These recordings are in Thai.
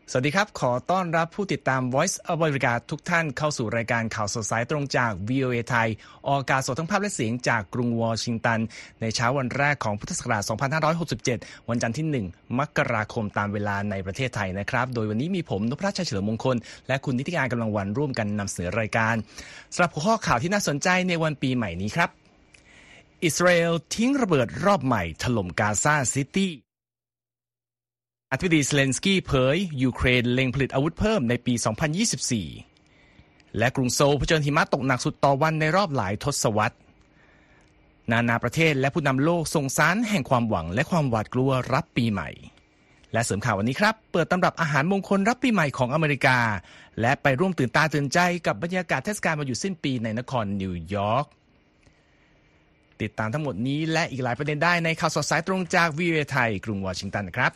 สวัสดีครับขอต้อนรับผู้ติดตาม Voice of America ทุกท่านเข้าสู่รายการข่าวสดสายตรงจาก VOA ไทยออกอากาศสดทั้งภาพและเสียงจากกรุงวอชิงตันในเช้าวันแรกของพุทธศักราช 2567 วันจันทร์ที่ 1 มกราคมตามเวลาในประเทศไทยนะครับโดยวันนี้มีผมนพรัชชัยเฉลิมมงคลและคุณนิติการกำลังวันร่วมกันนำเสนอรายการสำหรับหัวข้อข่าวที่น่าสนใจในวันปีใหม่นี้ครับอิสราเอลทิ้งระเบิดรอบใหม่ถล่มกาซาซิตี้อธิบดีเซเลนสกี้เผยยูเครนเล็งผลิตอาวุธเพิ่มในปี 2024 และกรุงโซลเผชิญหิมะตกหนักสุดต่อวันในรอบหลายทศวรรษนานาประเทศและผู้นำโลกส่งสารแห่งความหวังและความหวาดกลัวรับปีใหม่และเสริมข่าววันนี้ครับเปิดตำรับอาหารมงคลรับปีใหม่ของอเมริกาและไปร่วมตื่นตาตื่นใจกับบรรยากาศเทศกาลวันหยุดสิ้นปีในนครนิวยอร์กติดตามทั้งหมดนี้และอีกหลายประเด็นได้ในข่าวสดสายตรงจาก VOA ไทยกรุงวอชิงตันนะครับ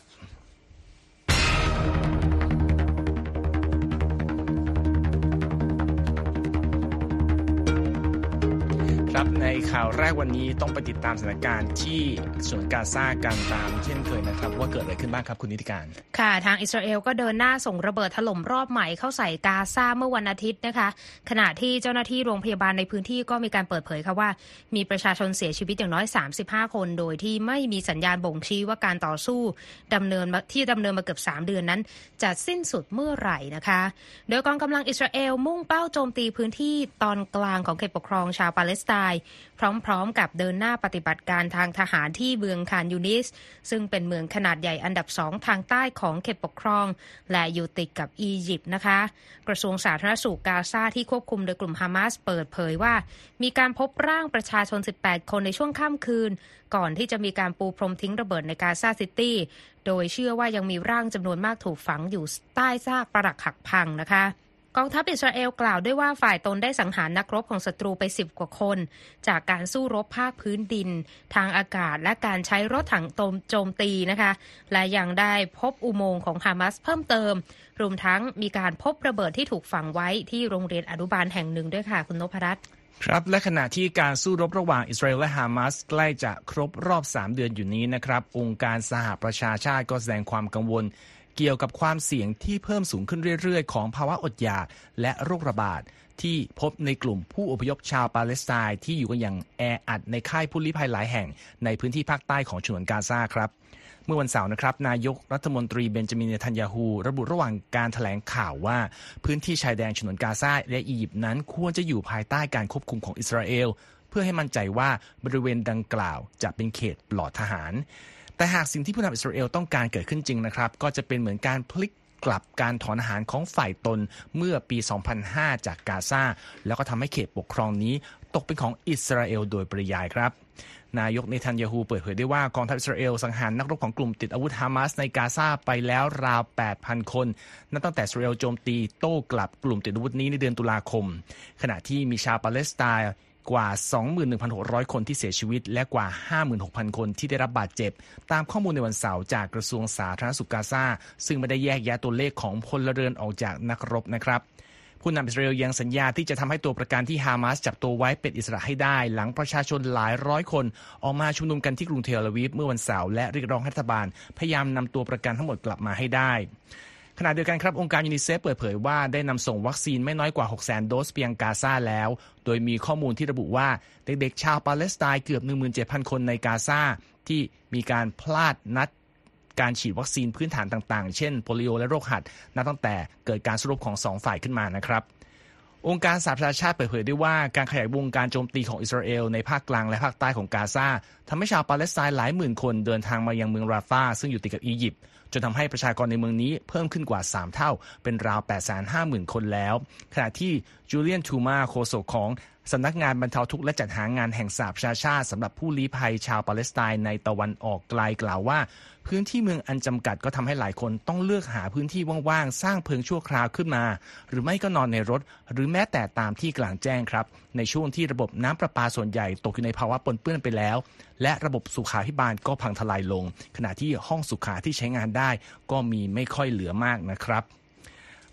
ครับในข่าวแรกวันนี้ต้องไปติดตามสถานการณ์ที่ฉนวนกาซากันตามเช่นเคยนะครับว่าเกิดอะไรขึ้นบ้างครับคุณนิติการค่ะทางอิสราเอลก็เดินหน้าส่งระเบิดถล่มรอบใหม่เข้าใส่กาซาเมื่อวันอาทิตย์นะคะขณะที่เจ้าหน้าที่โรงพยาบาลในพื้นที่ก็มีการเปิดเผยค่ะว่ามีประชาชนเสียชีวิตอย่างน้อย35คนโดยที่ไม่มีสัญญาณบ่งชี้ว่าการต่อสู้ดำเนินมาเกือบ3เดือนนั้นจะสิ้นสุดเมื่อไหร่นะคะโดยกองกำลังอิสราเอลมุ่งเป้าโจมตีพื้นที่ตอนกลางของเขตปกครองชาวปาเลสไตน์พร้อมกับเดินหน้าปฏิบัติการทางทหารที่เมืองคานยูนิสซึ่งเป็นเมืองขนาดใหญ่อันดับ2ทางใต้ของเขตปกครองและอยู่ติดกับอียิปต์นะคะกระทรวงสาธารณสุขกาซาที่ควบคุมโดยกลุ่มฮามาสเปิดเผยว่ามีการพบร่างประชาชน18คนในช่วงค่ำคืนก่อนที่จะมีการปูพรมทิ้งระเบิดในกาซาซิตี้โดยเชื่อว่ายังมีร่างจำนวนมากถูกฝังอยู่ใต้ซากปรักหักพังนะคะกองทัพอิสราเอลกล่าวด้วยว่าฝ่ายตนได้สังหารนักรบของศัตรูไป10กว่าคนจากการสู้รบภาคพื้นดินทางอากาศและการใช้รถถังโจมตีนะคะและยังได้พบอุโมงค์ของฮามาสเพิ่มเติมรวมทั้งมีการพบระเบิดที่ถูกฝังไว้ที่โรงเรียนอนุบาลแห่งหนึ่งด้วยค่ะคุณนพรัตน์ครับและขณะที่การสู้รบระหว่างอิสราเอลและฮามาสใกล้จะครบรอบ3เดือนอยู่นี้นะครับองค์การสหประชาชาติก็แสดงความกังวลเกี่ยวกับความเสี่ยงที่เพิ่มสูงขึ้นเรื่อยๆของภาวะอดอยากและโรคระบาดที่พบในกลุ่มผู้อพยพชาวปาเลสไตน์ที่อยู่กันอย่างแออัดในค่ายผู้ลี้ภัยหลายแห่งในพื้นที่ภาคใต้ของฉนวนกาซาครับเมื่อวันเสาร์นะครับนายกรัฐมนตรีเบนจามิน เนทันยาฮูระบุระหว่างการแถลงข่าวว่าพื้นที่ชายแดนฉนวนกาซาและอียิปต์นั้นควรจะอยู่ภายใต้การควบคุมของอิสราเอลเพื่อให้มั่นใจว่าบริเวณดังกล่าวจะเป็นเขตปลอดทหารแต่หากสิ่งที่ผู้นำอิสราเอลต้องการเกิดขึ้นจริงนะครับก็จะเป็นเหมือนการพลิกกลับการถอนทหารของฝ่ายตนเมื่อปี 2005 จากกาซาแล้วก็ทำให้เขตปกครองนี้ตกเป็นของอิสราเอลโดยปริยายครับนายกเนทันยาฮูเปิดเผยได้ว่ากองทัพอิสราเอลสังหารนักรบของกลุ่มติดอาวุธฮามาสในกาซาไปแล้วราว 8,000 คนนับตั้งแต่อิสราเอลโจมตีโต้กลับกลุ่มติดอาวุธนี้ในเดือนตุลาคมขณะที่มีชาวปาเลสไตน์กว่า 21,600 คนที่เสียชีวิตและกว่า 56,000 คนที่ได้รับบาดเจ็บตามข้อมูลในวันเสาร์จากกระทรวงสาธารณสุขกาซาซึ่งไม่ได้แยกแยะตัวเลขของพลเรือนออกจากนักรบนะครับผู้นำอิสราเอลยังสัญญาที่จะทำให้ตัวประกันที่ฮามาสจับตัวไว้เป็นอิสระให้ได้หลังประชาชนหลายร้อยคนออกมาชุมนุมกันที่กรุงเทลอาวีฟเมื่อวันเสาร์และเรียกร้องให้รัฐบาลพยายามนำตัวประกันทั้งหมดกลับมาให้ได้ขณะเดียวกันครับองค์การยูนิเซฟเปิดเผยว่าได้นำส่งวัคซีนไม่น้อยกว่า 600,000 โดสไปยังกาซาแล้วโดยมีข้อมูลที่ระบุว่าเด็กๆชาวปาเลสไตน์เกือบ 17,000 คนในกาซาที่มีการพลาดนัดการฉีดวัคซีนพื้นฐานต่างๆเช่นโปลิโอและโรคหัดนับตั้งแต่เกิดการสู้รบของ2ฝ่ายขึ้นมานะครับองค์การสหประชาชาติเปิดเผยได้ว่าการขยายวงการโจมตีของอิสราเอลในภาคกลางและภาคใต้ของกาซาทำให้ชาวปาเลสไตน์หลายหมื่นคนเดินทางมายังเมืองราฟาซึ่งอยู่ติดกับอียิปต์จนทำให้ประชากรในเมืองนี้เพิ่มขึ้นกว่า3เท่าเป็นราว 850,000 คนแล้วขณะที่จูเลียนทูมาโฆษกของสำนักงานบรรเทาทุกข์และจัดหางานแห่งสหประชาชาติสำหรับผู้ลี้ภัยชาวปาเลสไตน์ในตะวันออกไกลกล่าวว่าพื้นที่เมืองอันจำกัดก็ทำให้หลายคนต้องเลือกหาพื้นที่ว่างๆสร้างเพิงชั่วคราวขึ้นมาหรือไม่ก็นอนในรถหรือแม้แต่ตามที่กลางแจ้งครับในช่วงที่ระบบน้ำประปาส่วนใหญ่ตกอยู่ในภาวะปนเปื้อนไปแล้วและระบบสุขาภิบาลก็พังทลายลงขณะที่ห้องสุขาที่ใช้งานได้ก็มีไม่ค่อยเหลือมากนะครับ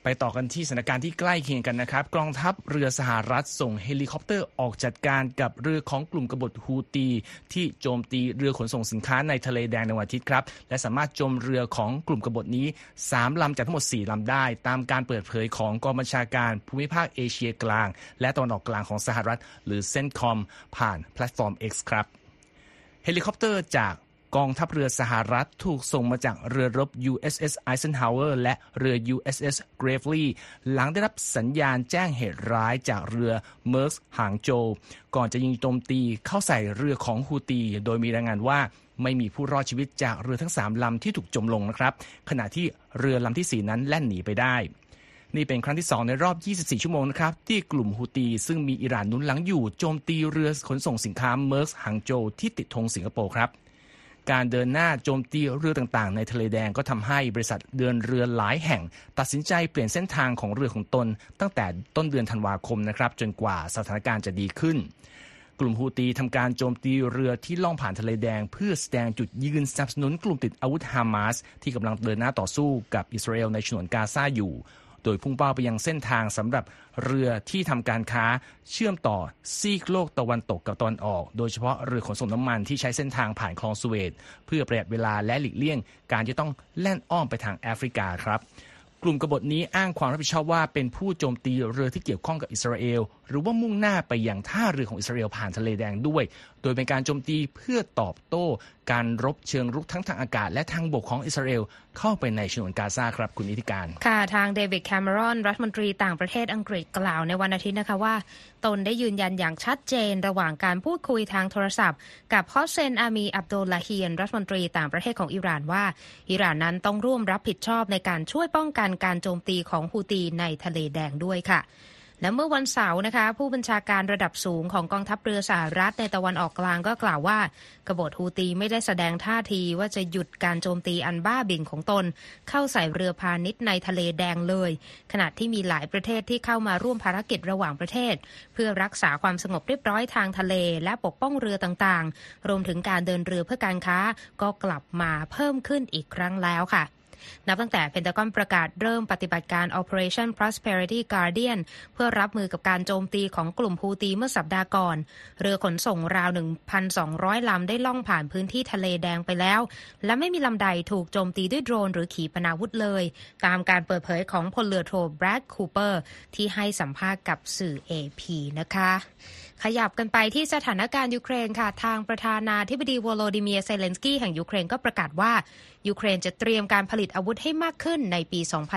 ไปต่อกันที่สถานการณ์ที่ใกล้เคียงกันนะครับกองทัพเรือสหรัฐส่งเฮลิคอปเตอร์ออกจัดการกับเรือของกลุ่มกบฏฮูตีที่โจมตีเรือขนส่งสินค้าในทะเลแดงในวันอาทิตย์ครับและสามารถโจมเรือของกลุ่มกบฏนี้3ลำจากทั้งหมด4ลำได้ตามการเปิดเผยของกองบัญชาการภูมิภาคเอเชียกลางและตะวันออกกลางของสหรัฐหรือ CENTCOM ผ่านแพลตฟอร์ม X ครับเฮลิคอปเตอร์จากกองทัพเรือสหรัฐถูกส่งมาจากเรือรบ USS Eisenhower และเรือ USS Gravely หลังได้รับสัญญาณแจ้งเหตุร้ายจากเรือ Maersk หางโจวก่อนจะยิงโจมตีเข้าใส่เรือของฮูตีโดยมีรายงานว่าไม่มีผู้รอดชีวิตจากเรือทั้ง3ลำที่ถูกจมลงนะครับขณะที่เรือลำที่4นั้นแล่นหนีไปได้นี่เป็นครั้งที่2ในรอบ24ชั่วโมงนะครับที่กลุ่มฮูตีซึ่งมีอิหร่านหนุนหลังอยู่โจมตีเรือขนส่งสินค้า Maersk หางโจวที่ติดธงสิงคโปร์ครับการเดินหน้าโจมตีเรือต่างๆในทะเลแดงก็ทำให้บริษัทเดินเรือหลายแห่งตัดสินใจเปลี่ยนเส้นทางของเรือของตนตั้งแต่ต้นเดือนธันวาคมนะครับจนกว่าสถานการณ์จะดีขึ้นกลุ่มฮูตีทำการโจมตีเรือที่ล่องผ่านทะเลแดงเพื่อแสดงจุดยืนสนับสนุนกลุ่มติดอาวุธฮามาสที่กำลังเดินหน้าต่อสู้กับอิสราเอลในฉนวนกาซาอยู่โดยพุ่งเป้าไปยังเส้นทางสำหรับเรือที่ทำการค้าเชื่อมต่อซีกโลกตะวันตกกับตะวันออกโดยเฉพาะเรือขนส่งน้ำมันที่ใช้เส้นทางผ่านคลองสุเอซเพื่อประหยัดเวลาและหลีกเลี่ยงการจะต้องแล่นอ้อมไปทางแอฟริกาครับกลุ่มกบฏนี้อ้างความรับผิดชอบว่าเป็นผู้โจมตีเรือที่เกี่ยวข้องกับอิสราเอลหรือว่ามุ่งหน้าไปยังท่าเรือของอิสราเอลผ่านทะเลแดงด้วยโดยเป็นการโจมตีเพื่อตอบโต้การรบเชิงรุกทั้งทางอากาศและทางบกของอิสราเอลเข้าไปในฉนวนกาซาครับคุณนิติการค่ะทางเดวิดแคมเมรอนรัฐมนตรีต่างประเทศอังกฤษกล่าวในวันอาทิตย์นะคะว่าตนได้ยืนยันอย่างชัดเจนระหว่างการพูดคุยทางโทรศัพท์กับฮอสเซนอามีอับดุลลาฮีนรัฐมนตรีต่างประเทศของอิหร่านว่าอิหร่านนั้นต้องร่วมรับผิดชอบในการช่วยป้องกันการโจมตีของฮูตีในทะเลแดงด้วยค่ะและเมื่อวันเสาร์นะคะผู้บัญชาการระดับสูงของกองทัพเรือสหรัฐในตะวันออกกลางก็กล่าวว่ากบฏฮูตีไม่ได้แสดงท่าทีว่าจะหยุดการโจมตีอันบ้าบิ่นของตนเข้าใส่เรือพาณิชย์ในทะเลแดงเลยขณะที่มีหลายประเทศที่เข้ามาร่วมภารกิจระหว่างประเทศเพื่อรักษาความสงบเรียบร้อยทางทะเลและปกป้องเรือต่างๆรวมถึงการเดินเรือเพื่อการค้าก็กลับมาเพิ่มขึ้นอีกครั้งแล้วค่ะนับตั้งแต่เพนทากอนประกาศเริ่มปฏิบัติการ Operation Prosperity Guardian เพื่อรับมือกับการโจมตีของกลุ่มฮูตีเมื่อสัปดาห์ก่อนเรือขนส่งราว 1,200 ลำได้ล่องผ่านพื้นที่ทะเลแดงไปแล้วและไม่มีลำใดถูกโจมตีด้วยโดรนหรือขีปนาวุธเลยตามการเปิดเผยของพลเรือโทแบรดคูเปอร์ที่ให้สัมภาษณ์กับสื่อ AP นะคะขยับกันไปที่สถานการณ์ยูเครนค่ะทางประธานาธิบดีโวโลดิเมียร์เซเลนสกี้แห่งยูเครนก็ประกาศว่ายูเครนจะเตรียมการผลิตอาวุธให้มากขึ้นในปี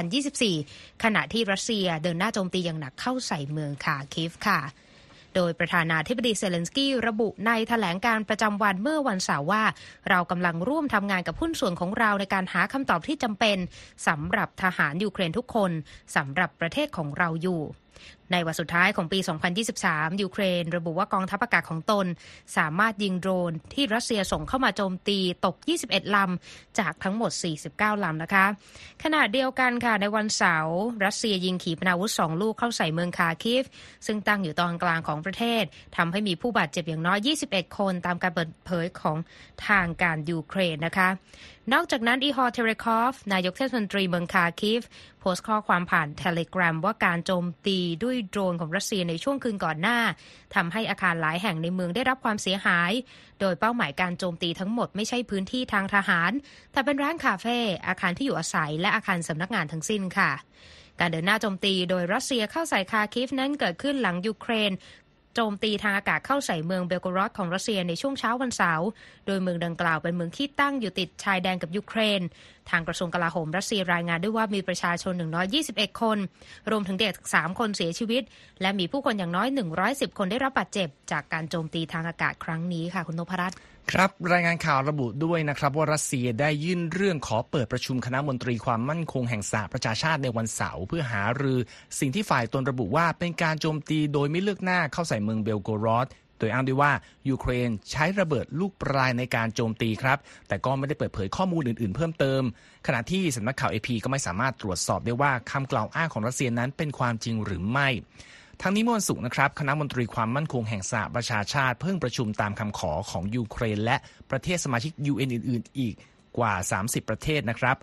2024 ขณะที่รัสเซียเดินหน้าโจมตีอย่างหนักเข้าใส่เมืองคาคิฟค่ะโดยประธานาธิบดีเซเลนสกี้ระบุในแถลงการประจำวันเมื่อวันเสาร์ว่าเรากำลังร่วมทำงานกับหุ้นส่วนของเราในการหาคำตอบที่จำเป็นสำหรับทหารยูเครนทุกคนสำหรับประเทศของเราอยู่ในวันสุดท้ายของปี 2023 ยูเครนระบุว่ากองทัพอากาศของตนสามารถยิงโดรนที่รัสเซียส่งเข้ามาโจมตีตก 21 ลำจากทั้งหมด 49 ลำนะคะขณะเดียวกันค่ะในวันเสาร์รัสเซียยิงขีปนาวุธ2ลูกเข้าใส่เมืองคาคิฟซึ่งตั้งอยู่ตอนกลางของประเทศทำให้มีผู้บาดเจ็บอย่างน้อย 21 คนตามการเปิดเผยของทางการยูเครนนะคะนอกจากนั้นอีฮอร์เทเรคอฟนายกเทศมนตรีเมืองคาคิฟโพสต์ข้อความผ่าน Telegram ว่าการโจมตีด้วยโดรนของรัสเซียในช่วงคืนก่อนหน้าทำให้อาคารหลายแห่งในเมืองได้รับความเสียหายโดยเป้าหมายการโจมตีทั้งหมดไม่ใช่พื้นที่ทางทหารแต่เป็นร้านคาเฟ่อาคารที่อยู่อาศัยและอาคารสำนักงานทั้งสิ้นค่ะการเดินหน้าโจมตีโดยรัสเซียเข้าใส่คาคิฟนั้นเกิดขึ้นหลังยูเครนโจมตีทางอากาศเข้าใส่เมืองเบลโกรอดของรัสเซียในช่วงเช้าวันเสาร์โดยเมืองดังกล่าวเป็นเมืองที่ตั้งอยู่ติดชายแดนกับยูเครนทางกระทรวงกลาโหมรัสเซียรายงานด้วยว่ามีประชาชน121คนรวมถึงเด็ก3คนเสียชีวิตและมีผู้คนอย่างน้อย110คนได้รับบาดเจ็บจากการโจมตีทางอากาศครั้งนี้ค่ะคุณนพรัตน์ครับรายงานข่าวระบุด้วยนะครับว่ารัสเซียได้ยื่นเรื่องขอเปิดประชุมคณะมนตรีความมั่นคงแห่งสหประชาชาติในวันเสาร์เพื่อหารือสิ่งที่ฝ่ายตนระบุว่าเป็นการโจมตีโดยไม่เลือกหน้าเข้าใส่เมืองเบลโกรอดโดยอ้างด้วยว่ายูเครนใช้ระเบิดลูกปลายในการโจมตีครับแต่ก็ไม่ได้เปิดเผยข้อมูลอื่นๆเพิ่มเติมขณะที่สำนักข่าว AP ก็ไม่สามารถตรวจสอบได้ว่าคำกล่าวอ้างของรัสเซียนั้นเป็นความจริงหรือไม่ทั้งนี้เมื่อวันศุกร์นะครับคณะมนตรีความมั่นคงแห่งสหประชาชาติเพิ่งประชุมตามคำขอของยูเครนและประเทศสมาชิก UN อื่นๆอีกกว่า30ประเทศนะครับ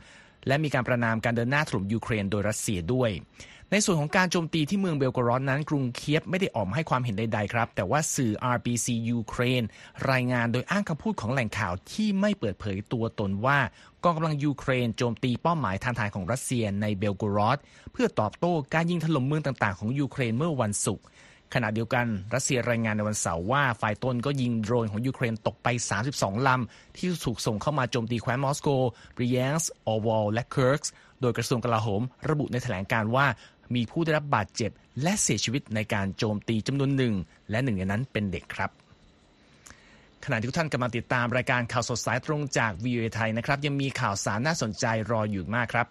และมีการประณามการเดินหน้าถล่มยูเครนโดยรัสเซียด้วยในส่วนของการโจมตีที่เมืองเบลโกรอดนั้นกรุงเคียฟไม่ได้ออกมาให้ความเห็นใดๆครับแต่ว่าสื่อ RBC ยูเครนรายงานโดยอ้างคำพูดของแหล่งข่าวที่ไม่เปิดเผยตัวตนว่ากองกำลังยูเครนโจมตีเป้าหมายทางทหารของรัสเซียในเบลโกรอดเพื่อตอบโต้การยิงถล่มเมืองต่างๆของยูเครนเมื่อวันศุกร์ขณะเดียวกันรัสเซียรายงานในวันเสาร์ว่าฝ่ายตนก็ยิงโดรนของยูเครนตกไป32ลำที่ถูกส่งเข้ามาโจมตีแคว้นมอสโกบริแยนส์ออวอลและเคิร์กส์โดยกระทรวงกลาโหมระบุในแถลงการณ์ว่ามีผู้ได้รับบาดเจ็บและเสียชีวิตในการโจมตีจำนวนหนึ่งและหนึ่งในนั้นเป็นเด็กครับขณะที่ทุกท่านกำลังติดตามรายการข่าวสดสายตรงจาก VOA ไทยนะครับยังมีข่าวสารน่าสนใจรออยู่มากครับ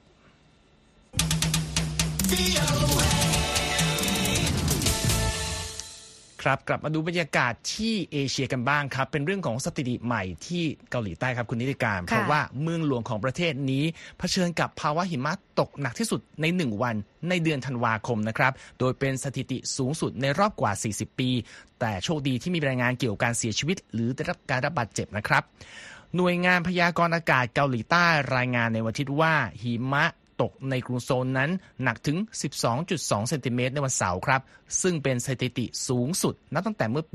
ครับกลับมาดูบรรยากาศที่เอเชียกันบ้างครับเป็นเรื่องของสถิติใหม่ที่เกาหลีใต้ครับคุณนิติการเพราะว่าเมืองหลวงของประเทศนี้เผชิญกับภาวะหิมะตกหนักที่สุดใน1วันในเดือนธันวาคมนะครับโดยเป็นสถิติสูงสุดในรอบกว่า40ปีแต่โชคดีที่มีรายงานเกี่ยวกับการเสียชีวิตหรือได้รับการรับบาดเจ็บนะครับหน่วยงานพยากรณ์อากาศเกาหลีใต้รายงานในวันอาทิตย์ว่าหิมะตกในกรุงโซลนั้นหนักถึง 12.2 เซนติเมตรในวันเสาร์ครับซึ่งเป็นสถิติสูงสุดนับตั้งแต่เมื่อปี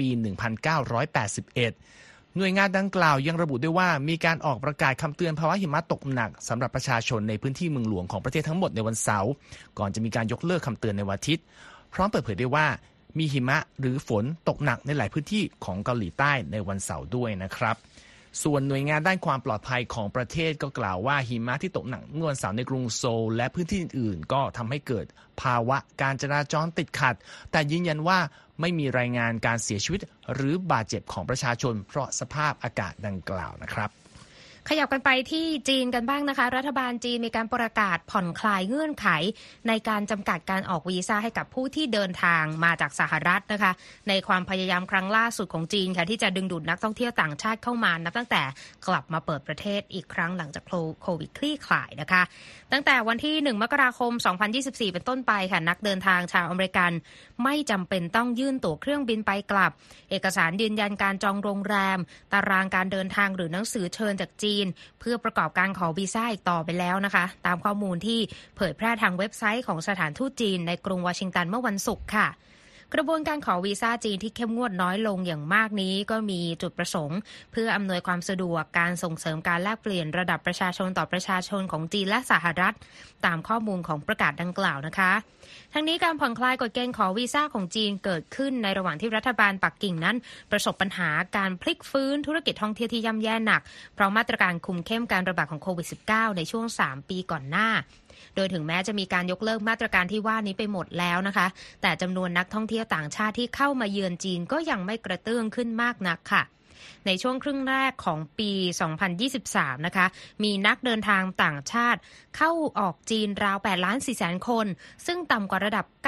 1981 หน่วยงานดังกล่าวยังระบุด้วยว่ามีการออกประกาศคำเตือนภาวะหิมะตกหนักสำหรับประชาชนในพื้นที่เมืองหลวงของประเทศทั้งหมดในวันเสาร์ก่อนจะมีการยกเลิกคำเตือนในวันอาทิตย์พร้อมเปิดเผยด้วยว่ามีหิมะหรือฝนตกหนักในหลายพื้นที่ของเกาหลีใต้ในวันเสาร์ด้วยนะครับส่วนหน่วยงานด้านความปลอดภัยของประเทศก็กล่าวว่าหิมะที่ตกหนักเมื่อวันเสาร์ในกรุงโซลและพื้นที่อื่นๆก็ทำให้เกิดภาวะการจราจรติดขัดแต่ยืนยันว่าไม่มีรายงานการเสียชีวิตหรือบาดเจ็บของประชาชนเพราะสภาพอากาศดังกล่าวนะครับขยับกันไปที่จีนกันบ้างนะคะรัฐบาลจีนมีการประกาศผ่อนคลายเงื่อนไขในการจำกัดการออกวีซ่าให้กับผู้ที่เดินทางมาจากสหรัฐนะคะในความพยายามครั้งล่าสุดของจีนค่ะที่จะดึงดูดนักท่องเที่ยวต่างชาติเข้ามานับตั้งแต่กลับมาเปิดประเทศอีกครั้งหลังจากโควิดคลี่คลายนะคะตั้งแต่วันที่1มกราคม2024เป็นต้นไปค่ะนักเดินทางชาวอเมริกันไม่จำเป็นต้องยื่นตั๋วเครื่องบินไปกลับเอกสารยืนยันการจองโรงแรมตารางการเดินทางหรือหนังสือเชิญจากจีนเพื่อประกอบการขอวีซ่าอีกต่อไปแล้วนะคะตามข้อมูลที่เผยแพร่ทางเว็บไซต์ของสถานทูตจีนในกรุงวอชิงตันเมื่อวันศุกร์ค่ะกระบวนการขอวีซ่าจีนที่เข้มงวดน้อยลงอย่างมากนี้ก็มีจุดประสงค์เพื่ออำนวยความสะดวกการส่งเสริมการแลกเปลี่ยนระดับประชาชนต่อประชาชนของจีนและสหรัฐตามข้อมูลของประกาศดังกล่าวนะคะทั้งนี้การผ่อนคลายกฎเกณฑ์ขอวีซ่าของจีนเกิดขึ้นในระหว่างที่รัฐบาลปักกิ่งนั้นประสบปัญหาการพลิกฟื้นธุรกิจท่องเที่ยวที่ย่ำแย่หนักเพราะมาตรการคุมเข้มการระบาดของโควิด -19 ในช่วง3ปีก่อนหน้าโดยถึงแม้จะมีการยกเลิกมาตรการที่ว่านี้ไปหมดแล้วนะคะแต่จำนวนนักท่องเที่ยวต่างชาติที่เข้ามาเยือนจีนก็ยังไม่กระเตื้องขึ้นมากนักค่ะในช่วงครึ่งแรกของปี 2023 นะคะมีนักเดินทางต่างชาติเข้าออกจีนราว 8,400,000 คนซึ่งต่ำกว่าระดับ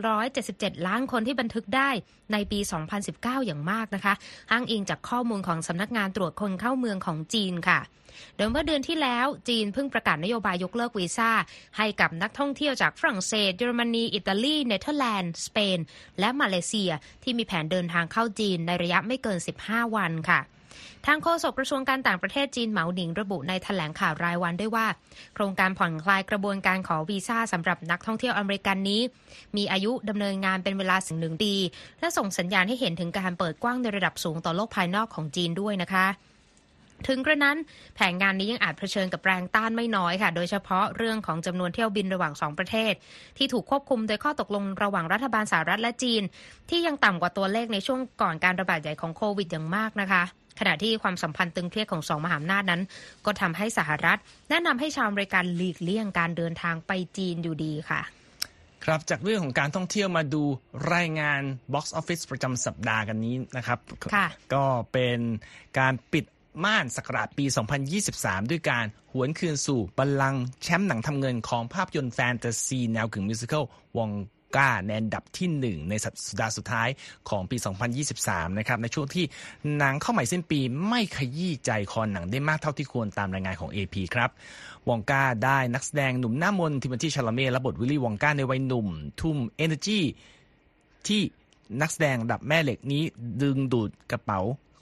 977 ล้านคนที่บันทึกได้ในปี 2019 อย่างมากนะคะอ้างอิงจากข้อมูลของสำนักงานตรวจคนเข้าเมืองของจีนค่ะโดยเมื่อเดือนที่แล้วจีนเพิ่งประกาศนโยบายยกเลิกวีซ่าให้กับนักท่องเที่ยวจากฝรั่งเศสเยอรมนีอิตาลีเนเธอร์แลนด์สเปนและมาเลเซียที่มีแผนเดินทางเข้าจีนในระยะไม่เกิน15วันค่ะทางโฆษกกระทรวงการต่างประเทศจีนเหมาหนิงระบุในแถลงข่าวรายวันด้วยว่าโครงการผ่อนคลายกระบวนการขอวีซ่าสำหรับนักท่องเที่ยวอเมริกันนี้มีอายุดำเนินงานเป็นเวลา1 ปีและส่งสัญญาณให้เห็นถึงการเปิดกว้างในระดับสูงต่อโลกภายนอกของจีนด้วยนะคะถึงกระนั้นแผนงานนี้ยังอาจเผชิญกับแรงต้านไม่น้อยค่ะโดยเฉพาะเรื่องของจำนวนเที่ยวบินระหว่าง2ประเทศที่ถูกควบคุมโดยข้อตกลงระหว่างรัฐบาลสหรัฐและจีนที่ยังต่ำกว่าตัวเลขในช่วงก่อนการระบาดใหญ่ของโควิดอย่างมากนะคะขณะที่ความสัมพันธ์ตึงเครียดของ2มหาอำนาจนั้นก็ทำให้สหรัฐแนะนำให้ชาวอเมริกันหลีกเลี่ยงการเดินทางไปจีนอยู่ดีค่ะครับจากเรื่องของการท่องเที่ยวมาดูรายงาน Box Office ประจำสัปดาห์กันนี้นะครับก็เป็นการปิดม่านศักราชปี 2023 ด้วยการหวนคืนสู่บัลลังก์แชมป์หนังทำเงินของภาพยนตร์แฟนตาซีแนวกึ่งมิวสิคัลวองก้าในอันดับที่1ในสัปดาห์สุดท้ายของปี 2023 นะครับในช่วงที่หนังเข้าใหม่สิ้นปีไม่ขยี้ใจคอหนังได้มากเท่าที่ควรตามรายงานของ AP ครับวองก้าได้นักแสดงหนุ่มหน้ามนทิโมธี ชาลาเม่และบทวิลลี่วองก้าในวัยหนุ่มทุ่ม energy ที่นักแสดงระดับแม่เหล็กนี้ดึงดูดกระเป๋า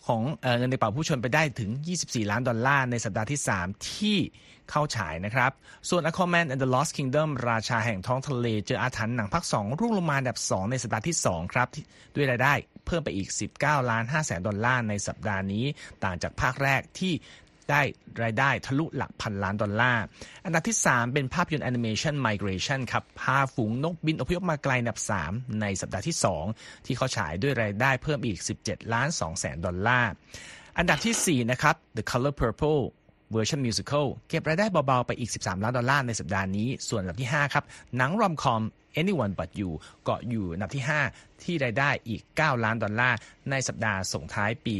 ของเงินในกระเป๋าผู้ชนไปได้ถึง$24 ล้านในสัปดาห์ที่3ที่เข้าฉายนะครับส่วน Aquaman and the Lost Kingdom ราชาแห่งท้องทะเลเจออาถรรพ์หนังภาค2ร่วงลงมาอันดับ2ในสัปดาห์ที่2ครับด้วยรายได้เพิ่มไปอีก$19.5 ล้านในสัปดาห์นี้ต่างจากภาคแรกที่ได้รายได้ทะลุหลัก$1,000 ล้านอันดับที่3เป็นภาพยนตร์แอนิเมชัน Migration ครับพาฝูงนกบินอพยพมาไกลอันดับ3ในสัปดาห์ที่2ที่เขาฉายด้วยรายได้เพิ่มอีก$17.2 ล้านอันดับที่4นะครับ The Color Purpleเวอร์ชันมิวสิคัลเก็บรายได้เบาๆไปอีก$13 ล้านในสัปดาห์นี้ส่วนอันดับที่5ครับหนังรอมคอม Anyone But You เกาะอยู่อันดับที่5ที่รายได้อีก$9 ล้านในสัปดาห์ส่งท้ายปี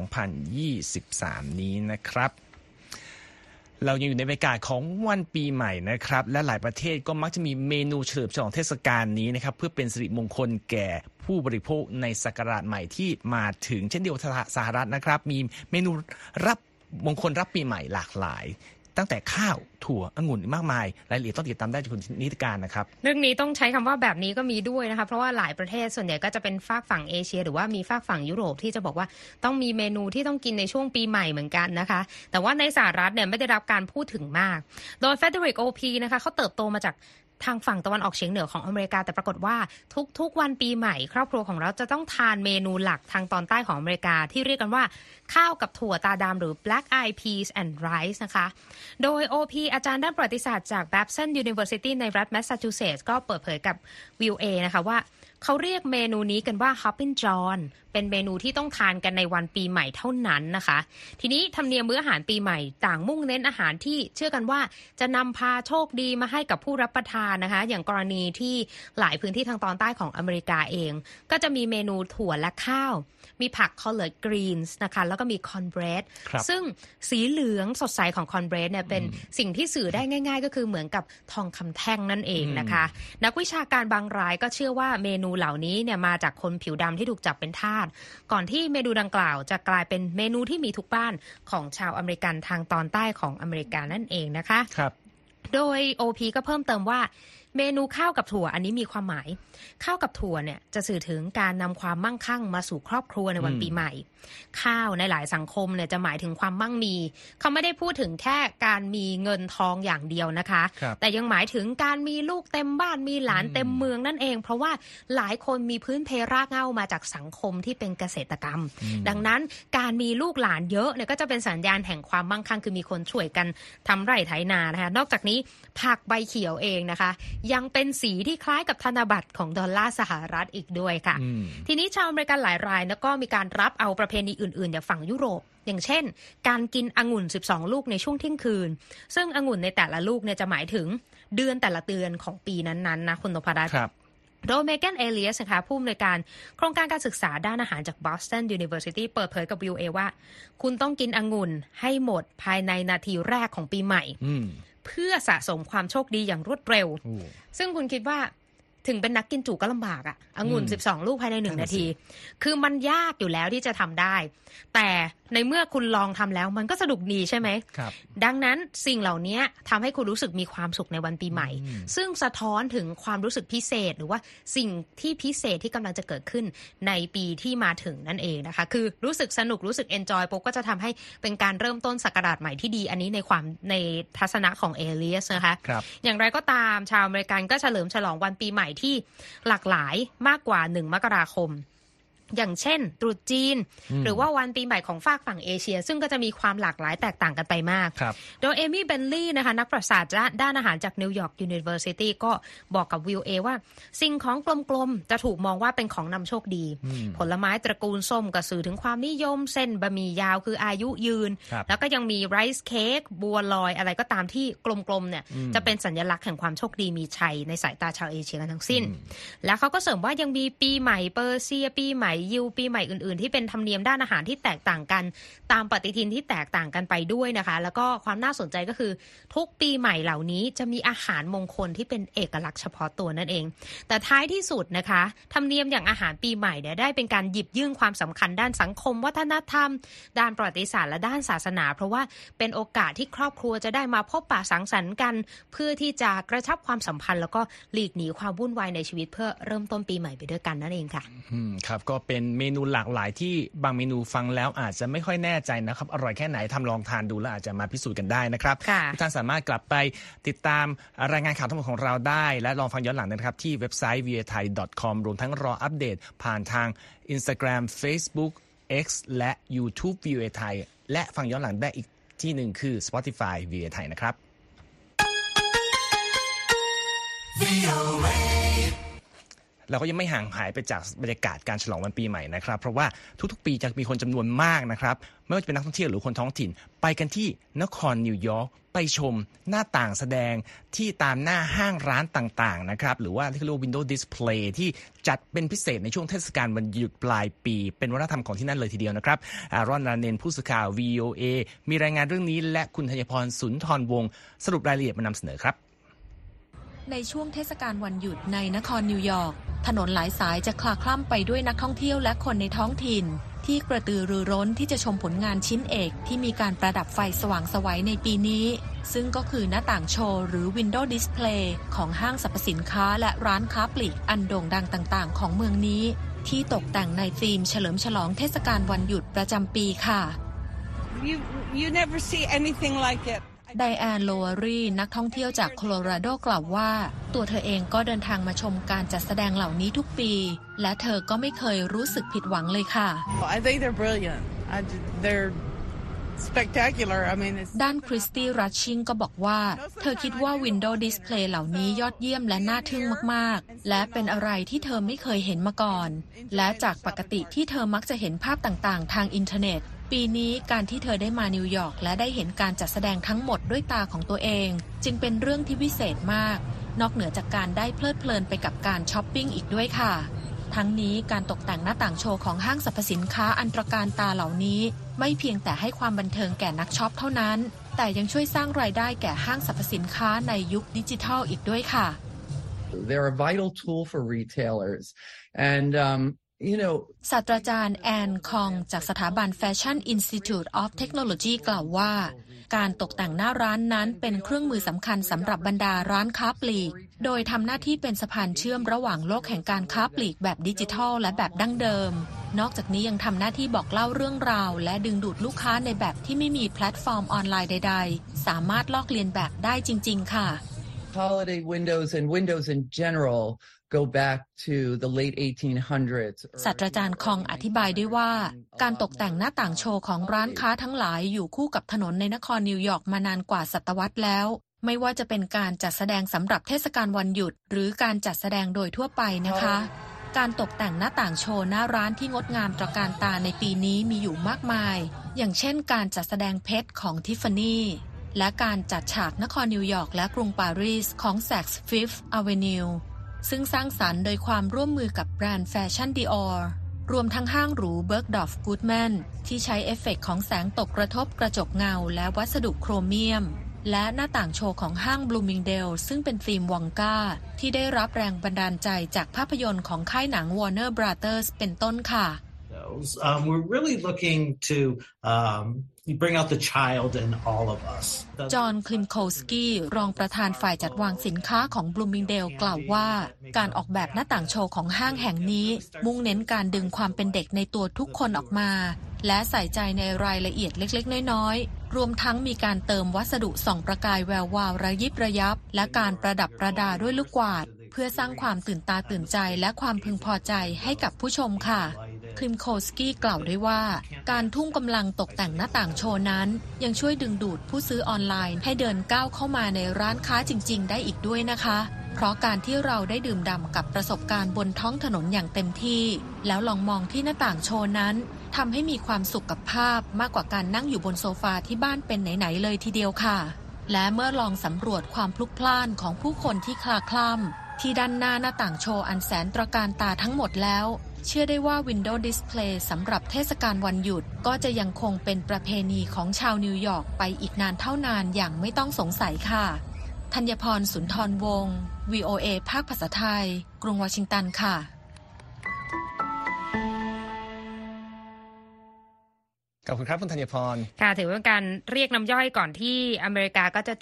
2023นี้นะครับเรายังอยู่ในบรรยากาศของวันปีใหม่นะครับและหลายประเทศก็มักจะมีเมนูเฉลิมฉลองเทศกาลนี้นะครับเพื่อเป็นสิริมงคลแก่ผู้บริโภคในศักราชใหม่ที่มาถึงเช่นเดียวกับสหรัฐนะครับมีเมนูรับมงคลรับปีใหม่หลากหลายตั้งแต่ข้าวถั่วองุ่นมากมายรายละเอียดต้องติดตามได้จากคุณนิติการนะครับเรื่องนี้ต้องใช้คำว่าแบบนี้ก็มีด้วยนะคะเพราะว่าหลายประเทศส่วนใหญ่ก็จะเป็นฝากฝั่งเอเชียหรือว่ามีฝากฝั่งยุโรปที่จะบอกว่าต้องมีเมนูที่ต้องกินในช่วงปีใหม่เหมือนกันนะคะแต่ว่าในสหรัฐเนี่ยไม่ได้รับการพูดถึงมากโดย Frederick O.P. นะคะเขาเติบโตมาจากทางฝั่งตะวันออกเฉียงเหนือของอเมริกาแต่ปรากฏว่าทุกวันปีใหม่ครอบครัวของเราจะต้องทานเมนูหลักทางตอนใต้ของอเมริกาที่เรียกกันว่าข้าวกับถั่วตาดำหรือ Black Eyed Peas and Rice นะคะโดย OP อาจารย์ด้านประวัติศาสตร์จาก Babson University ในรัฐแมสซาชูเซตส์ก็เปิดเผยกับ VOA นะคะว่าเขาเรียกเมนูนี้กันว่า Hoppin' John เป็นเมนูที่ต้องทานกันในวันปีใหม่เท่านั้นนะคะทีนี้ธรรมเนียมมื้ออาหารปีใหม่ต่างมุ่งเน้นอาหารที่เชื่อกันว่าจะนำพาโชคดีมาให้กับผู้รับประทานนะคะอย่างกรณีที่หลายพื้นที่ทางตอนใต้ของอเมริกาเองก็จะมีเมนูถั่วและข้าวมีผัก collard greens นะคะแล้วก็มี cornbread ซึ่งสีเหลืองสดใสของ cornbread เนี่ยเป็นสิ่งที่สื่อได้ง่ายๆก็คือเหมือนกับทองคำแท่งนั่นเองนะคะนักวิชาการบางรายก็เชื่อว่าเมนูเหล่านี้เนี่ยมาจากคนผิวดำที่ถูกจับเป็นทาสก่อนที่เมนูดังกล่าวจะกลายเป็นเมนูที่มีทุกบ้านของชาวอเมริกันทางตอนใต้ของอเมริกานั่นเองนะคะโดย OP ก็เพิ่มเติมว่าเมนูข้าวกับถั่วอันนี้มีความหมายข้าวกับถั่วเนี่ยจะสื่อถึงการนำความมั่งคั่งมาสู่ครอบครัวในวันปีใหม่ข้าวในหลายสังคมเนี่ยจะหมายถึงความมั่งมีเขาไม่ได้พูดถึงแค่การมีเงินทองอย่างเดียวนะคะแต่ยังหมายถึงการมีลูกเต็มบ้านมีหลานเต็มเมืองนั่นเองเพราะว่าหลายคนมีพื้นเพรากเหง้ามาจากสังคมที่เป็นเกษตรกรรมดังนั้นการมีลูกหลานเยอะเนี่ยก็จะเป็นสัญญาณแห่งความมั่งคั่งคือมีคนช่วยกันทำไร่ไถนานะคะนอกจากนี้ผักใบเขียวเองนะคะยังเป็นสีที่คล้ายกับธนบัตรของดอลลาร์สหรัฐอีกด้วยค่ะทีนี้ชาวอเมริกันหลายรายก็มีการรับเอาประเพณีอื่นๆจากฝั่งยุโรปอย่างเช่นการกินองุ่น12ลูกในช่วงเที่ยงคืนซึ่งองุ่นในแต่ละลูกเนี่ยจะหมายถึงเดือนแต่ละเดือนของปีนั้นๆนะคุณนพรัตน์โดยเมแกนเอเลียสนะคะผู้อำนวยการโครงการการศึกษาด้านอาหารจาก Boston University เปิดเผยกับ VOA ว่าคุณต้องกินองุ่นให้หมดภายในนาทีแรกของปีใหม่เพื่อสะสมความโชคดีอย่างรวดเร็วซึ่งคุณคิดว่าถึงเป็นนักกินจุก็ลำบากอ่ะองุ่น12ลูกภายใน1นาทีคือมันยากอยู่แล้วที่จะทำได้แต่ในเมื่อคุณลองทำแล้วมันก็สนุกดีใช่ไหมดังนั้นสิ่งเหล่านี้ทำให้คุณรู้สึกมีความสุขในวันปีใหม่ซึ่งสะท้อนถึงความรู้สึกพิเศษหรือว่าสิ่งที่พิเศษที่กำลังจะเกิดขึ้นในปีที่มาถึงนั่นเองนะคะคือรู้สึกสนุกรู้สึกเอนจอยปุ๊บก็จะทำให้เป็นการเริ่มต้นศักราชใหม่ที่ดีอันนี้ในทัศนะของเอเลียสนะคะอย่างไรก็ตามชาวอเมริกันก็เฉลิมฉลองวันปีใหม่ที่หลากหลายมากกว่า1มกราคมอย่างเช่นตรุษจีนหรือว่าวันปีใหม่ของฝากฝั่งเอเชียซึ่งก็จะมีความหลากหลายแตกต่างกันไปมากโดยเอมี่เบนลี่นะคะนักประวัติศาสตร์ด้านอาหารจากนิวยอร์กยูนิเวอร์ซิตี้ก็บอกกับ VOA ว่าสิ่งของกลมๆจะถูกมองว่าเป็นของนำโชคดีผลไม้ตระกูลส้มก็สื่อถึงความนิยมเส้นบะหมี่ยาวคืออายุยืนแล้วก็ยังมีไรซ์เค้กบัวลอยอะไรก็ตามที่กลมๆเนี่ยจะเป็นสัญลักษณ์แห่งความโชคดีมีชัยในสายตาชาวเอเชียกันทั้งสิ้นแล้วเขาก็เสริมว่ายังมีปีใหม่เปอร์เซียปีใหม่ยิวปีใหม่อื่นๆที่เป็นธรรมเนียมด้านอาหารที่แตกต่างกันตามปฏิทินที่แตกต่างกันไปด้วยนะคะแล้วก็ความน่าสนใจก็คือทุกปีใหม่เหล่านี้จะมีอาหารมงคลที่เป็นเอกลักษณ์เฉพาะตัวนั่นเองแต่ท้ายที่สุดนะคะธรรมเนียมอย่างอาหารปีใหม่เนี่ยได้เป็นการหยิบยื่นความสำคัญด้านสังคมวัฒนธรรมด้านประวัติศาสตร์และด้านศาสนาเพราะว่าเป็นโอกาสที่ครอบครัวจะได้มาพบปะสังสรรค์กันเพื่อที่จะกระชับความสัมพันธ์แล้วก็หลีกหนีความวุ่นวายในชีวิตเพื่อเริ่มต้นปีใหม่ไปด้วยกันนั่นเองค่ะครับก็เป็นเมนูหลากหลายที่บางเมนูฟังแล้วอาจจะไม่ค่อยแน่ใจนะครับอร่อยแค่ไหนทำลองทานดูแล้วอาจจะมาพิสูจน์กันได้นะครับทุกท่านสามารถกลับไปติดตามรายงานข่าวทั้งหมดของเราได้และลองฟังย้อนหลังนะครับที่เว็บไซต์ voathai.com รวมทั้งรออัปเดตผ่านทาง Instagram Facebook X และ YouTube VOA Thai และฟังย้อนหลังได้อีกที่หนึ่งคือ Spotify VOA Thai นะครับเราก็ยังไม่ห่างหายไปจากบรรยากาศการฉลองวันปีใหม่นะครับเพราะว่าทุกๆปีจะมีคนจำนวนมากนะครับไม่ว่าจะเป็นนักท่องเที่ยวหรือคนท้องถิ่นไปกันที่นครนิวยอร์กไปชมหน้าต่างแสดงที่ตามหน้าห้างร้านต่างๆนะครับหรือว่าที่เรียกว่า Window Display ที่จัดเป็นพิเศษในช่วงเทศกาลวันหยุดปลายปีเป็นวัฒนธรรมของที่นั่นเลยทีเดียวนะครับรอนราเนนผู้สื่อข่าว VOA มีรายงานเรื่องนี้และคุณธัญพรสุนทรวงศ์สรุปรายละเอียดมานำเสนอครับในช่วงเทศกาลวันหยุดในนครนิวยอร์กถนนหลายสายจะคลาคล่ำไปด้วยนักท่องเที่ยวและคนในท้องถิ่นที่กระตือรือร้นที่จะชมผลงานชิ้นเอกที่มีการประดับไฟสว่างไสวในปีนี้ซึ่งก็คือหน้าต่างโชว์หรือ Window Display ของห้างสรรพสินค้าและร้านค้าปลีกอันโด่งดังต่างๆของเมืองนี้ที่ตกแต่งในธีมเฉลิมฉลองเทศกาลวันหยุดประจำปีค่ะ You never see anything like it ไดแอนโลวารีนักท่องเที่ยวจากโคโลราโดกล่าวว่าตัวเธอเองก็เดินทางมาชมการจัดแสดงเหล่านี้ทุกปีและเธอก็ไม่เคยรู้สึกผิดหวังเลยค่ะ I think they're brilliant. They're spectacular. I mean, ด้านคริสตี้รัชชิงก็บอกว่าเธอคิดว่า Window Display เหล่านี้ยอดเยี่ยมและน่าทึ่งมากๆและเป็นอะไรที่เธอไม่เคยเห็นมาก่อนและจากปกติที่เธอมักจะเห็นภาพต่างๆทางอินเทอร์เน็ตปีนี้การที่เธอได้มานิวยอร์กและได้เห็นการจัดแสดงทั้งหมดด้วยตาของตัวเองจึงเป็นเรื่องที่วิเศษมากนอกเหนือจากการได้เพลิดเพลินไปกับการช้อปปิ้งอีกด้วยค่ะทั้งนี้การตกแต่งหน้าต่างโชว์ของห้างสรรพสินค้าอันตรการตาเหล่านี้ไม่เพียงแต่ให้ความบันเทิงแก่นักช็อปเท่านั้นแต่ยังช่วยสร้างรายได้แก่ห้างสรรพสินค้าในยุคดิจิทัลอีกด้วยค่ะ They're a vital tool for retailers and ศาสตราจารย์แอนคองจากสถาบัน Fashion Institute of Technology กล่าวว่าการตกแต่งหน้าร้านนั้นเป็นเครื่องมือสำคัญสำหรับบรรดาร้านค้าปลีกโดยทำหน้าที่เป็นสะพานเชื่อมระหว่างโลกแห่งการค้าปลีกแบบดิจิทัลและแบบดั้งเดิมนอกจากนี้ยังทำหน้าที่บอกเล่าเรื่องราวและดึงดูดลูกค้าในแบบที่ไม่มีแพลตฟอร์มออนไลน์ใดๆสามารถลอกเลียนแบบได้จริงๆค่ะ Holiday windows and windows in general go back to the late 1800s ศาสตราจารย์คองอธิบายด้วยว่าการตกแต่งหน้าต่างโชว์ของร้านค้าทั้งหลายอยู่คู่กับถนนในนครนิวยอร์กมานานกว่าศตวรรษแล้วไม่ว่าจะเป็นการจัดแสดงสำหรับเทศกาลวันหยุดหรือการจัดแสดงโดยทั่วไปนะคะการตกแต่งหน้าต่างโชว์หน้าร้านที่งดงามตระการตาในปีนี้มีอยู่มากมายอย่างเช่นการจัดแสดงเพชรของทิฟฟานี่และการจัดฉากนครนิวยอร์กและกรุงปารีสของ Saks Fifth Avenueซึ่งสร้างสรรค์โดยความร่วมมือกับแบรนด์แฟชั่น Dior รวมทั้งห้างหรู Bergdorf Goodman ที่ใช้เอฟเฟกต์ของแสงตกกระทบกระจกเงาและวัสดุโครเมียมและหน้าต่างโชว์ของห้าง Bloomingdale ซึ่งเป็นธีมวองกาที่ได้รับแรงบันดาลใจจากภาพยนตร์ของค่ายหนัง Warner Brothers เป็นต้นค่ะ We're really looking to bring out the child in all of us จอห์น คลิมโคลสกี้รองประธานฝ่ายจัดวางสินค้าของ Bloomingdale กล่าวว่าการออกแบบหน้าต่างโชว์ของห้างแห่งนี้มุ่งเน้นการดึงความเป็นเด็กในตัวทุกคนออกมาและใส่ใจในรายละเอียดเล็กๆน้อยๆรวมทั้งมีการเติมวัสดุส่องประกายแวววาวระยิบระยับและการประดับประดาด้วยลูกกวาดเพื่อสร้างความตื่นตาตื่นใจและความพึงพอใจให้กับผู้ชมค่ะคลิมโคลสกี้กล่าวด้วยว่าการทุ่มกำลังตกแต่งหน้าต่างโชว์นั้นยังช่วยดึงดูดผู้ซื้อออนไลน์ให้เดินก้าวเข้ามาในร้านค้าจริงๆได้อีกด้วยนะคะเพราะการที่เราได้ดื่มด่ำกับประสบการณ์บนท้องถนนอย่างเต็มที่แล้วลองมองที่หน้าต่างโชว์นั้นทำให้มีความสุขกับภาพมากกว่าการนั่งอยู่บนโซฟาที่บ้านเป็นไหนๆเลยทีเดียวค่ะและเมื่อลองสำรวจความพลุกพล่านของผู้คนที่คลาคล่ำที่ด้านหน้าต่างโชว์อันแสนตระการตาทั้งหมดแล้วเชื่อได้ว่า Window Display สำหรับเทศกาลวันหยุดก็จะยังคงเป็นประเพณีของชาวนิวยอร์กไปอีกนานเท่านานอย่างไม่ต้องสงสัยค่ะธัญพรสุนทรวงศ์ VOA ภาคภาษาไทยกรุงวอชิงตันค่ะขอบคุณครับคุณธัญพรค่ะถือว่าเป็นการเรียกน้ำย่อยก่อนที่อเมริกาก็จะจุ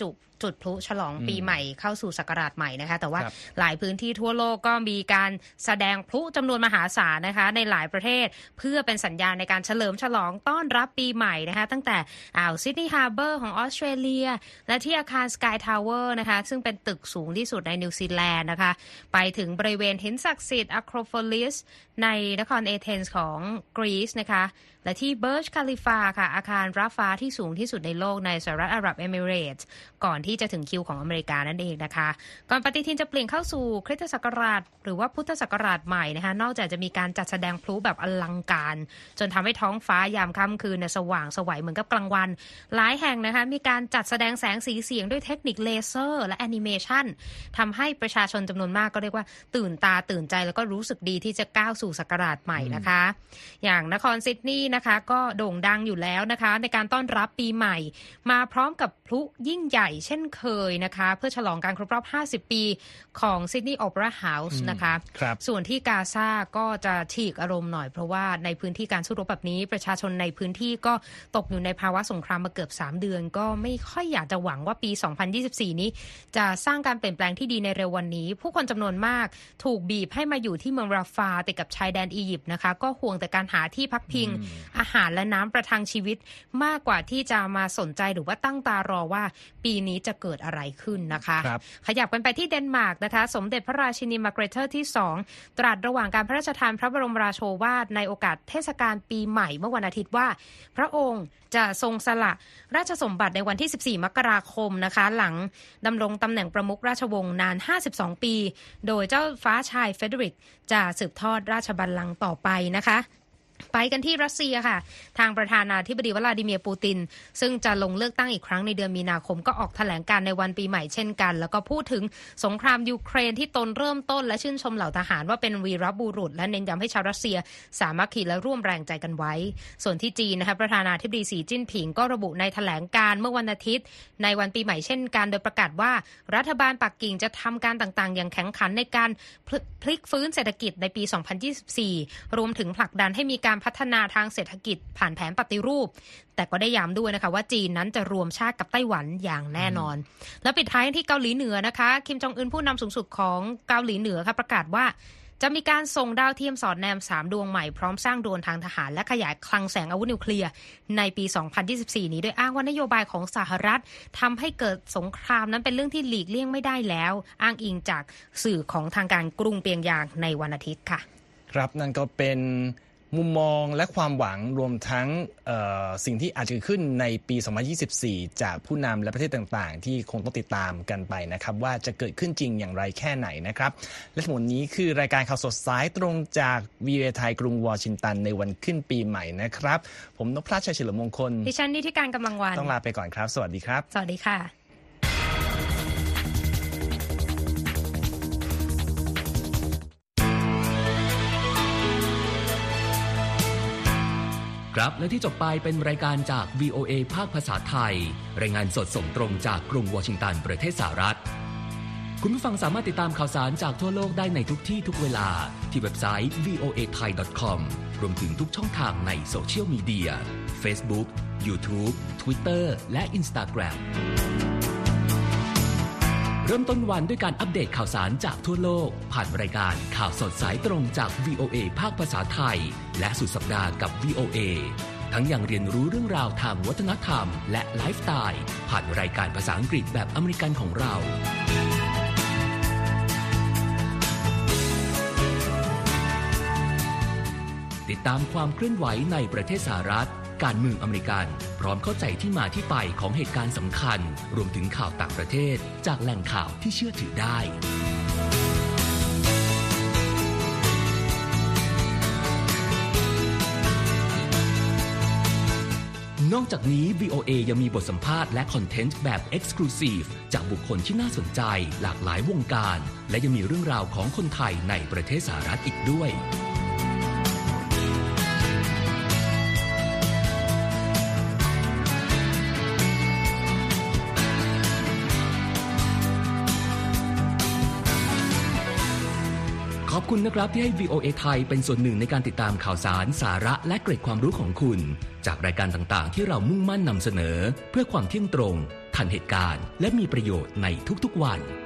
จุดพลุฉลองปีใหม่เข้าสู่ศักราชใหม่นะคะแต่ว่าหลายพื้นที่ทั่วโลกก็มีการแสดงพลุจำนวนมหาศาลนะคะในหลายประเทศเพื่อเป็นสัญญาณในการเฉลิมฉลองต้อนรับปีใหม่นะคะตั้งแต่อ่าวซิดนีย์ฮาร์เบอร์ของออสเตรเลียและที่อาคารสกายทาวเวอร์นะคะซึ่งเป็นตึกสูงที่สุดในนิวซีแลนด์นะคะไปถึงบริเวณหินศักดิ์สิทธิ์อะโครโพลิสในนครเอเธนส์ของกรีซนะคะและที่เบิร์จคาลิฟาค่ะอาคารราฟ้าที่สูงที่สุดในโลกในสหรัฐอาหรับเอมิเรตส์ก่อนที่จะถึงคิวของอเมริกานั่นเองนะคะก่อนปฏิทินจะเปลี่ยนเข้าสู่คริสตศักราชหรือว่าพุทธศักราชใหม่นะคะนอกจากจะมีการจัดแสดงพลุแบบอลังการจนทำให้ท้องฟ้ายามค่ำคืนสว่างไสวเหมือนกับกลางวันหลายแห่งนะคะมีการจัดแสดงแสงสีเสียงด้วยเทคนิคเลเซอร์และแอนิเมชันทำให้ประชาชนจำนวนมากก็เรียกว่าตื่นตาตื่นใจแล้วก็รู้สึกดีที่จะก้าวสู่ศักราชใหม่นะคะอย่างนครซิดนีย์นะคะก็โด่งดังอยู่แล้วนะคะในการต้อนรับปีใหม่มาพร้อมกับพลุยิ่งใหญ่เช่นเคยนะคะเพื่อฉลองการครบรอบ50ปีของซิดนีย์โอเปร่าเฮาส์นะคะส่วนที่กาซาก็จะฉีกอารมณ์หน่อยเพราะว่าในพื้นที่การสู้รบแบบนี้ประชาชนในพื้นที่ก็ตกอยู่ในภาวะสงครามมาเกือบ3เดือนก็ไม่ค่อยอยากจะหวังว่าปี2024นี้จะสร้างการเปลี่ยนแปลงที่ดีในเร็ววันนี้ผู้คนจำนวนมากถูกบีบให้มาอยู่ที่เมืองราฟาติดกับชายแดนอียิปต์นะคะก็ห่วงแต่การหาที่พักพิงอาหารและน้ำประทังชีวิตมากกว่าที่จะมาสนใจหรือว่าตั้งตารอว่าปีนี้จะเกิดอะไรขึ้นนะคะขยับกันไปที่เดนมาร์กนะคะสมเด็จพระราชินีมาร์เกรเตอร์ที่2ตรัสระหว่างการพระราชทานพระบรมราโชวาทในโอกาสเทศกาลปีใหม่เมื่อวันอาทิตย์ว่าพระองค์จะทรงสละราชสมบัติในวันที่14มกราคมนะคะหลังดำรงตำแหน่งประมุขราชวงศ์นาน52ปีโดยเจ้าฟ้าชายเฟเดริกจะสืบทอดราชบัลลังก์ต่อไปนะคะไปกันที่รัสเซียค่ะทางประธานาธิบดีวลาดิเมียร์ปูตินซึ่งจะลงเลือกตั้งอีกครั้งในเดือนมีนาคมก็ออกแถลงการในวันปีใหม่เช่นกันแล้วก็พูดถึงสงครามยูเครนที่ตนเริ่มต้นและชื่นชมเหล่าทหารว่าเป็นวีรบุรุษและเน้นย้ำให้ชาวรัสเซียสามัคคีและร่วมแรงใจกันไว้ส่วนที่จีนนะคะประธานาธิบดีสีจิ้นผิงก็ระบุในแถลงการเมื่อวันอาทิตย์ในวันปีใหม่เช่นกันโดยประกาศว่ารัฐบาลปักกิ่งจะทำการต่างๆอย่างแข็งขันในการพลิกฟื้นเศรษฐกิจในปี2024รวมถึงผลักดันให้มีการพัฒนาทางเศรษฐกิจผ่านแผนปฏิรูปแต่ก็ได้ย้ำด้วยนะคะว่าจีนนั้นจะรวมชาติกับไต้หวันอย่างแน่นอนและปิดท้ายที่เกาหลีเหนือนะคะคิมจองอึนผู้นำสูงสุดของเกาหลีเหนือค่ะประกาศว่าจะมีการส่งดาวเทียมสอดแนม3ดวงใหม่พร้อมสร้างโดรนทางทหารและขยายคลังแสงอาวุธนิวเคลียร์ในปี2024นี้โดยอ้างว่านโยบายของสหรัฐทำให้เกิดสงครามนั้นเป็นเรื่องที่หลีกเลี่ยงไม่ได้แล้วอ้างอิงจากสื่อของทางการกรุงเปียงยางในวันอาทิตย์ค่ะครับนั่นก็เป็นมุมมองและความหวังรวมทั้งสิ่งที่อาจจะเกิดขึ้นในปี2024จากผู้นำและประเทศต่างๆที่คงต้องติดตามกันไปนะครับว่าจะเกิดขึ้นจริงอย่างไรแค่ไหนนะครับและทั้งหมดนี้คือรายการข่าวสดสายตรงจาก VOA ไทยกรุงวอชิงตันในวันขึ้นปีใหม่นะครับผมนพพลัช ชัยเฉลิมมงคลดิฉันนิติการกำลังวันต้องลาไปก่อนครับสวัสดีครับสวัสดีค่ะครับและที่จบไปเป็นรายการจาก VOA ภาคภาษาไทยรายงานสดส่งตรงจากกรุงวอชิงตันประเทศสหรัฐคุณผู้ฟังสามารถติดตามข่าวสารจากทั่วโลกได้ในทุกที่ทุกเวลาที่เว็บไซต์ voathai.com รวมถึงทุกช่องทางในโซเชียลมีเดีย Facebook, YouTube, Twitter และ Instagram เริ่มต้นวันด้วยการอัปเดตข่าวสารจากทั่วโลกผ่านรายการข่าวสดสายตรงจาก VOA ภาคภาษาไทยและสุดสัปดาห์กับ VOA ทั้งยังเรียนรู้เรื่องราวทางวัฒนธรรมและไลฟ์สไตล์ผ่านรายการภาษาอังกฤษแบบอเมริกันของเราติดตามความเคลื่อนไหวในประเทศสหรัฐการเมืองอเมริกันพร้อมเข้าใจที่มาที่ไปของเหตุการณ์สำคัญรวมถึงข่าวต่างประเทศจากแหล่งข่าวที่เชื่อถือได้นอกจากนี้ VOA ยังมีบทสัมภาษณ์และคอนเทนต์แบบ Exclusive จากบุคคลที่น่าสนใจหลากหลายวงการและยังมีเรื่องราวของคนไทยในประเทศสหรัฐอีกด้วยขอบคุณนะครับที่ให้ VOA ไทยเป็นส่วนหนึ่งในการติดตามข่าวสารสาระและเกร็ดความรู้ของคุณจากรายการต่างๆที่เรามุ่งมั่นนำเสนอเพื่อความเที่ยงตรงทันเหตุการณ์และมีประโยชน์ในทุกๆวัน